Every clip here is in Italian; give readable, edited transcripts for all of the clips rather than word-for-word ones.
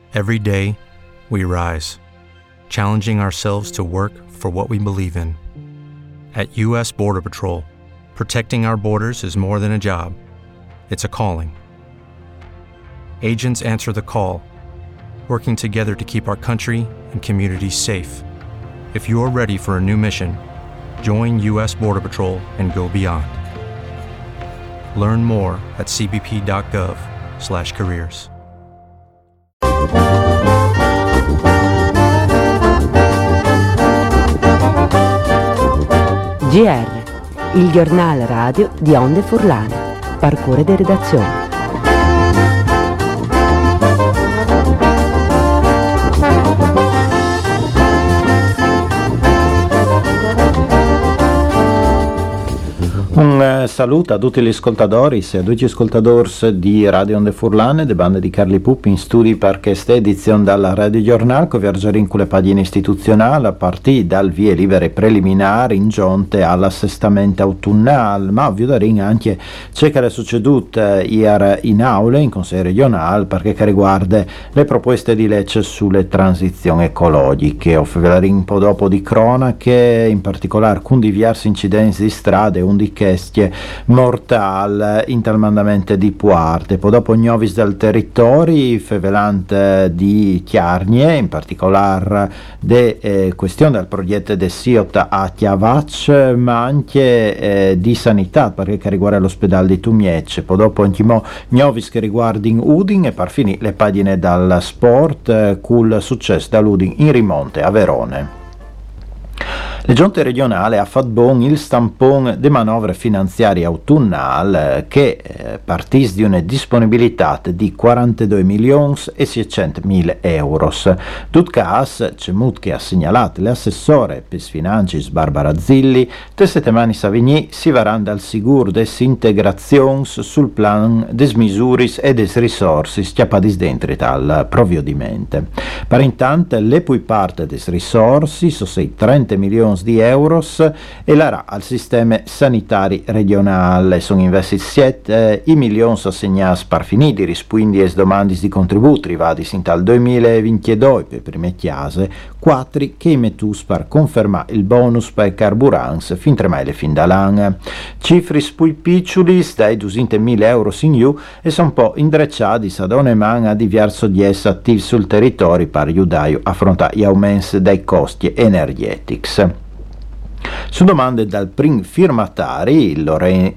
Every day, we rise, challenging ourselves to work for what we believe in. At U.S. Border Patrol, protecting our borders is more than a job, it's a calling. Agents answer the call, working together to keep our country and communities safe. If you're ready for a new mission, join U.S. Border Patrol and go beyond. Learn more at cbp.gov/careers. GR, il giornale radio di Onde Furlane. Parcure di redazione. Un saluto a tutti gli ascoltatori e a tutti gli ascoltatori di Radio Onde Furlane, de bande di Carli Pupi in studi per questa edizione dalla Radio Giornale, che viaggerà in quelle pagine istituzionali a partire dal vie libere preliminari in giunte all'assestamento autunnale, ma vi daremo anche ciò che è succeduto ieri in aula in Consiglio regionale perché che riguarda le proposte di legge sulle transizioni ecologiche. Ovvero un po' dopo di cronache, in particolare con diversi incidenti di strade, un di mortale in tal mandamento di Puarte, poi dopo gnovis del territorio fevelante di Chiarnie, in particolare de questione del progetto de Siot a Chiavac, ma anche di sanità perché che riguarda l'ospedale di Tumiece, poi dopo gnovis che riguardano Udin e per finire le pagine dal sport col successo dall'Udin in rimonte a Verone. La Giunta regionale ha fatto buon il stampone di manovre finanziarie autunnali che partì di una disponibilità di 42.600.000 euro. Tut cas, c'è che ha segnalato l'assessore per financi Barbara Zilli, tre settimane Savigny si varanno dal sicuro des integrazions sul plan des misuris e des risorsi schiappati dentro dal provvedimento. Per intanto, le poi parte des risorsi, so sei 30 milioni di euro e l'arà al sistema sanitario regionale. Sono investiti 7 i milioni assegnati per finire rispondi e domande di contributi rivadi sin dal 2022 per prime chiase, 4 che mettus per confermare il bonus per carburants fin 3 mesi fin dall'anno. Cifri spui piccioli dai 200.000 euro in più e sono un po' indrecciati ad ogni man a diverso di esse attivi sul territorio per aiutare a affrontare gli aumenti dei costi energetici. Su domande dal prim firmatari, il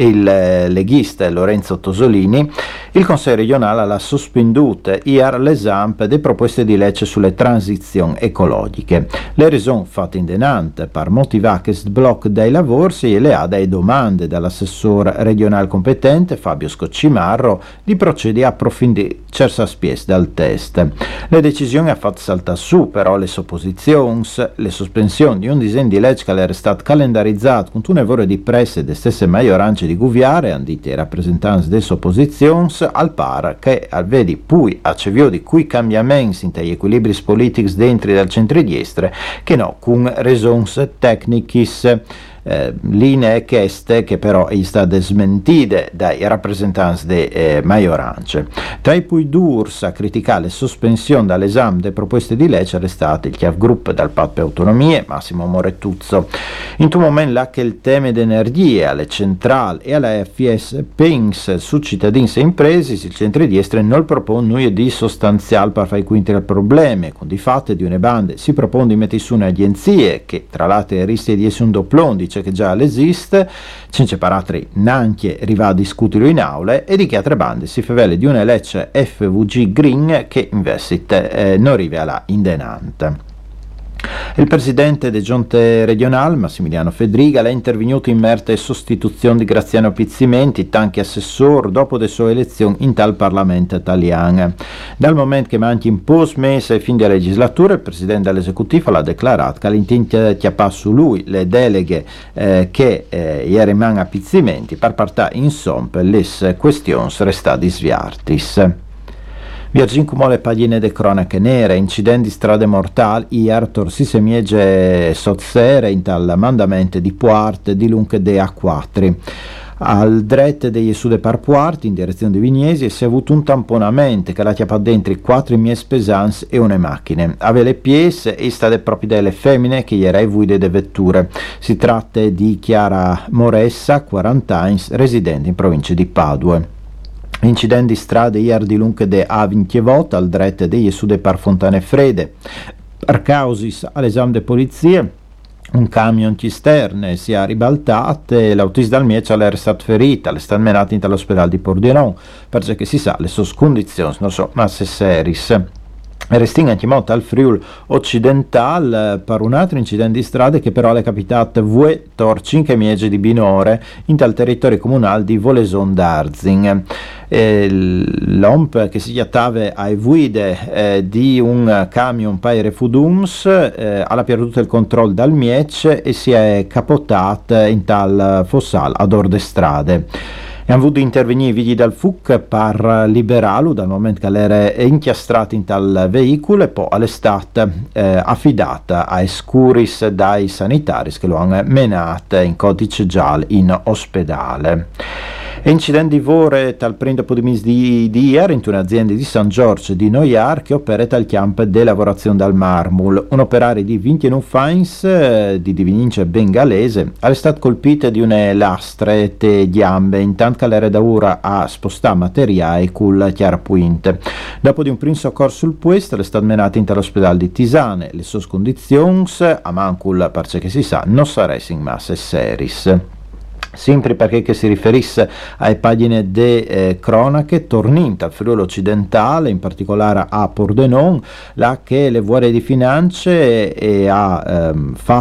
leghista Lorenzo Tosolini, il Consiglio regionale ha sospenduto ieri l'esame delle proposte di legge sulle transizioni ecologiche. Le ragioni fatte in denante per motivare che sblocco dei lavori e le ha dai domande dall'assessore regionale competente Fabio Scoccimarro di procedere a approfondire certe spies dal test. Le decisioni ha fatto saltare su però le sopposizioni, le sospensioni di un disegno di legge che era stato calendarizzato con un lavoro di presse delle stesse maggioranze di Guviare, andite ai rappresentanti delle opposizioni, al par che al vedi poi accevio di cui cambiamenti in gli equilibri politici dentro del centro-destra che no, con ragioni tecniche linee chieste che però è state smentite dai rappresentanti delle maggioranze. Tra i poi durs a criticare le sospensioni dall'esame delle proposte di legge è stato il Chiav Group dal Patto per Autonomie, Massimo Morettuzzo. In un momento là che il tema dell'energia alle centrali e alla FS Pings su cittadini e imprese, il centro-destra non propone nulla di sostanziale per fare quinti il problema, con di fatto di una bande si propone di mettere su un'agenzie che tra l'altro rischia di essere un doplon, dice che già esiste, senza paratri neanche arriva a discuterlo in aula e di che altre bande si favele di una legge FVG Green che investite non arriva là in denante. Il presidente della Giunta regionale, Massimiliano Fedriga, è intervenuto in merito alla sostituzione di Graziano Pizzimenti, tanti assessore, dopo le sue elezioni in tal Parlamento italiano. Dal momento che manca in post mese e fin della legislatura, il presidente dell'esecutivo l'ha dichiarato che l'intento chiappa su lui le deleghe che ieri man a Pizzimenti per portare insomma le questioni restate sviartis. Viaggiamo come le pagine de cronache nere, incidenti strade mortali, ieri si semiege sozzere in tal mandamento di Puarte di lungo de A4. Al dret degli sude parpuarti in direzione di Vignesi e si è avuto un tamponamento che la chiappa dentro 4 mies pesants e una macchine. Ave le pies e state proprio delle femmine che ieri guide de vetture. Si tratta di Chiara Moressa, 40 anni, residente in provincia di Padua. Incidenti di strade ieri di lungo de A20 al dret degli sude par Fontane Frede. Per causis all'esame de polizie un camion cisterne si è ribaltato e l'autista dal Miece è stato ferito, è stato menato all'ospedale di Pordenone perché si sa le sue condizioni non sono masse serie. Restinga anche molto al Friuli occidentale per un altro incidente di strade che però è capitato 5 miege di binore in tal territorio comunale di Voleson d'Arzing. L'omp che si chiattava ai guide di un camion Paire Fudums ha perduto il controllo dal Miece e si è capotata in tal fossal ad orde strade. E hanno avuto intervenire i vigili dal FUC per liberarlo dal momento che era inchiastrato in tal veicolo e poi è stata affidata ai scuris dai sanitari che lo hanno menato in codice giallo in ospedale. E incidente di vore tal primo di ieri in un'azienda di San Giorgio di Noiar che opera tal campo di lavorazione dal marmul. Un operario di 21 anni di divinince bengalese è stato colpito di une lastre te gambe intanto che l'era da ora a spostare materiali col chiarpuinte. Dopo di un primo soccorso sul puesto è stato menato all'ospedale di Tisane. Le sue condizioni a mancul perché si sa non sarebbero in masse seris. Sempre perché che si riferisse alle pagine de cronache, tornint al Friuli occidentale, in particolare a Pordenone, là che le Guardia di Finanze ha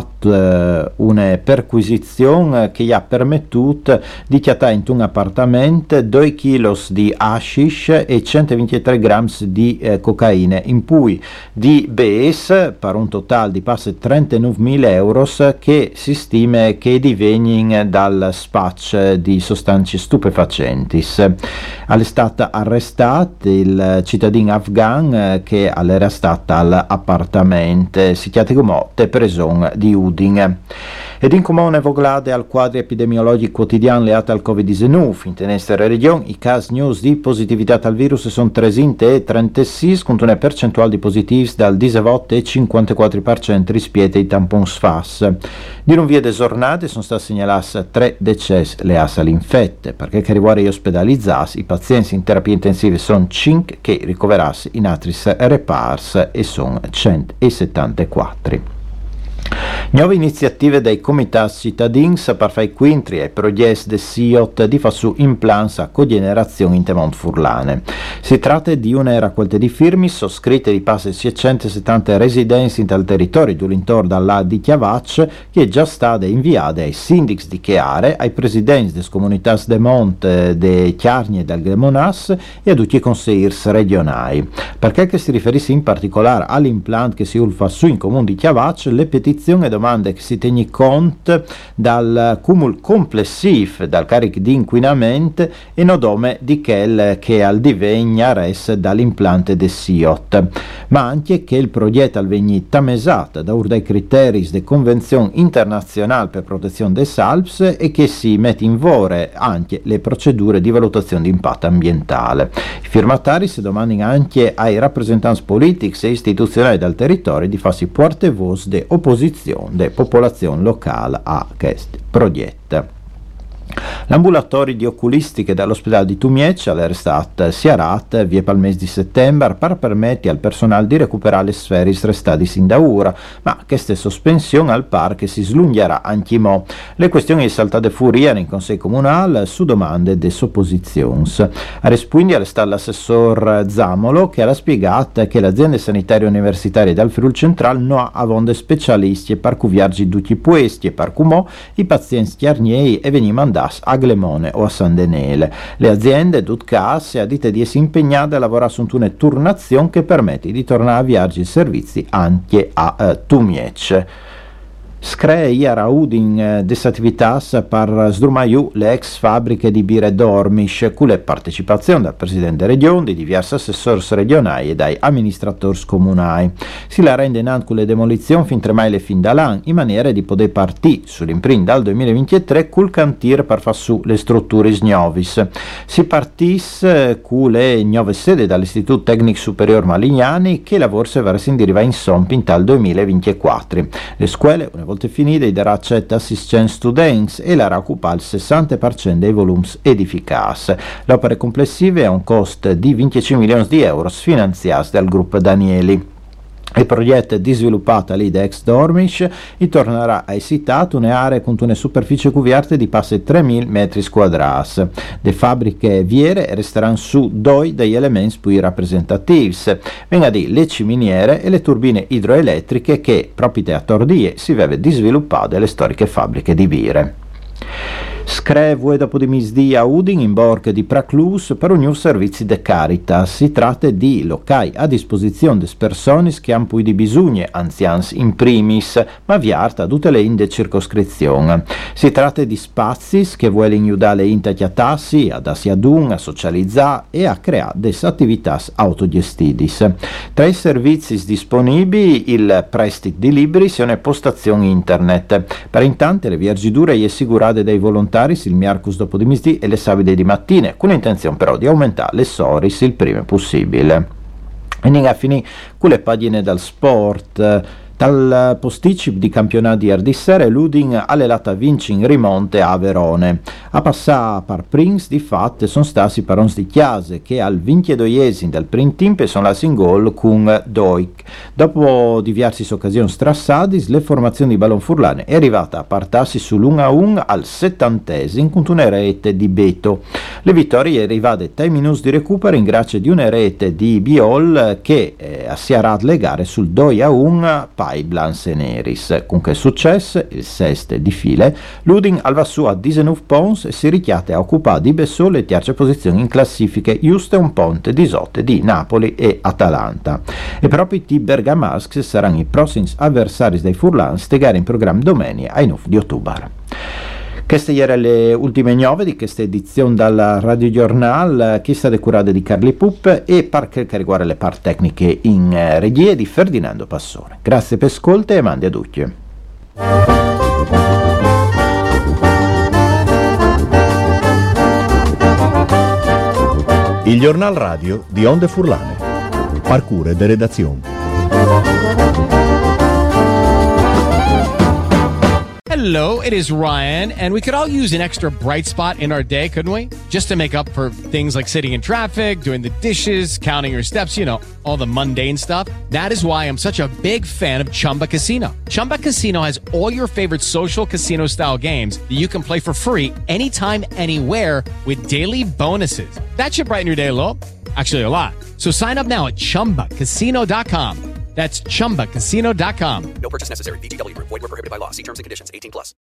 fatto una perquisizione che gli ha permettuto di chiattare in un appartamento 2 kg di hashish e 123 grammi di cocaina, in cui di BES per un totale di passe 39.000 euro che si stima che divengono dal spaccio di sostanze stupefacenti. È stato arrestato il cittadino afghan che era stato all'appartamento, si chiama come te preson di Udine. Ed in comune voglade al quadro epidemiologico quotidiano legato al Covid-19, in tenestere regione i casi news di positività al virus sono 336 con una percentuale di positivi dal 18 e 54% rispetto ai tampons FAS. Di non via desornate sono state segnalate 3 decessi legati all'infette, perché che riguarda gli ospedalizzati, i pazienti in terapia intensiva sono 5 che ricoverati in altri repars e sono 174. Nuove iniziative dai comitati cittadini per fare quintri e progetti del SIOT di fasu in plans a cogenerazione in Temont Furlane. Si tratta di una raccolta di firme sottoscritte di passe 670 residenze in tal territorio dall'intorno dalla di Chiavac che è già stata inviata ai sindici di Chiare, ai presidenti delle comunità de Mont, de Chiarni e del Gremonas e a tutti i consiglieri regionali. Perché che si riferisse in particolare all'implant che si ulfa su in comune di Chiavac, le petizioni e domande che si tiene conto dal cumulo complessivo dal carico di inquinamento e nodome di quel che al divegna res dall'implante del SIOT, ma anche che il progetto al vegni tamesata da dai criteri de convenzione internazionale per protezione dei salps e che si mette in vore anche le procedure di valutazione di impatto ambientale. I firmatari si domandano anche ai rappresentanti politici e istituzionali del territorio di farsi porte-voce de opposizione de popolazione locale a questo progetto. L'ambulatorio di oculistiche dall'ospedale di Tumiec è stato siarato via per il mese di settembre per permettere al personale di recuperare le sfere restate in da ora, ma questa sospensione al parco si slungherà anche mo. Le questioni saltate fuoriano in Consiglio Comunale su domande de opposizioni. A rispondere è stato l'assessor Zamolo che ha spiegato che l'azienda sanitaria universitaria del Friuli Centrale non ha avonde specialisti per cuviargi tutti i puesti e per cumò i pazienti chiarnieri e venivano mandati a Glemone o a San Denele. Le aziende si dite di essere impegnate a lavorare su una turnazione che permette di tornare a avviarci i servizi anche a Tumiec. Scre iara Udin desattivitas par sdrumaiu le ex fabbriche di Bire Dormisch, con la partecipazione dal presidente regione, di diversi assessori regionali e dai amministratori comunali. Si la rende in con le demolizioni fin tremai le fin dall'anno, in maniera di poter partire sull'imprint dal 2023 col cantiere per far su le strutture snovis. Si partisse con le nuove sedi dall'Istituto Tecnico Superior Malignani, che lavoro se verrà in deriva in Sompin dal 2024. Le scuole, una volta finite, darà accetta assistenza students e la occupa il 60% dei volumi edificati. L'opera complessiva ha un costo di 25 milioni di euro finanziati dal gruppo Danieli. Il progetto di sviluppata lì da ex Dormisch tornerà a esitato un'area con una superficie cubierta di quasi 3.000 metri quadrati. Le fabbriche viere resteranno su due degli elementi più rappresentativi, venga di le ciminiere e le turbine idroelettriche che, proprio a Tordie, si vede di sviluppare le storiche fabbriche di Vire. Screvo dopo di misdì a Udin in Borg di Praclus per un servizi de Caritas. Si tratta di locali a disposizione des persone che hanno poi di bisogno, anzians in primis, ma viarta a tutte le inde circoscrizioni. Si tratta di spazi che vuole aiutare in tagliatassi, ad darsi ad a socializzare e a creare des attività autogestidis. Tra i servizi disponibili il prestito di libri e una postazione internet. Per intanto le viaggiature e assicurate dai volontari il miarcus dopo di misdì e le sabide di mattina, con l'intenzione però di aumentare le soris il prima possibile. E a finì con le pagine dal sport. Dal posticip di campionato di Erdissere, l'Udin ha lata vinci in rimonte a Verone. A passare per Prince, di fatto, sono stati Parons di Chiase, che al 22esimo del primo tempo sono la in gol con Doik. Dopo diverse occasioni strassate, le formazioni di Ballon Furlane è arrivata a partarsi sull'1-1 al 70esimo con una rete di Beto. Le vittorie arrivate ai minuti di recupero in grazia di una rete di Biol che si era le gare sul 2-1 ai Blancs e Neris. Con che successo, il sesto di file, l'Udin alva su a 19 punti e si richiate a occupare di Bessol le terze posizioni in classifiche, giuste un ponte di sotte di Napoli e Atalanta. E proprio i bergamaschi saranno i prossimi avversari dei Furlan, stegare in programma domenica ai 9 di ottobre. Queste erano le ultime 9 di questa edizione dal Radio Giornal, che è stata curata di Carli Pup e per che riguarda le parti tecniche in regie di Ferdinando Passone. Grazie per ascolto e mandi a tutti. Il Giornal Radio di Onde Furlane. Parcure de redazione. Hello, it is Ryan, and we could all use an extra bright spot in our day, couldn't we? Just to make up for things like sitting in traffic, doing the dishes, counting your steps, you know, all the mundane stuff. That is why I'm such a big fan of Chumba Casino. Chumba Casino has all your favorite social casino-style games that you can play for free anytime, anywhere with daily bonuses. That should brighten your day a little. Actually, a lot. So sign up now at ChumbaCasino.com. That's ChumbaCasino.com. No purchase necessary. VGW Group. Void where prohibited by law. See terms and conditions. 18+.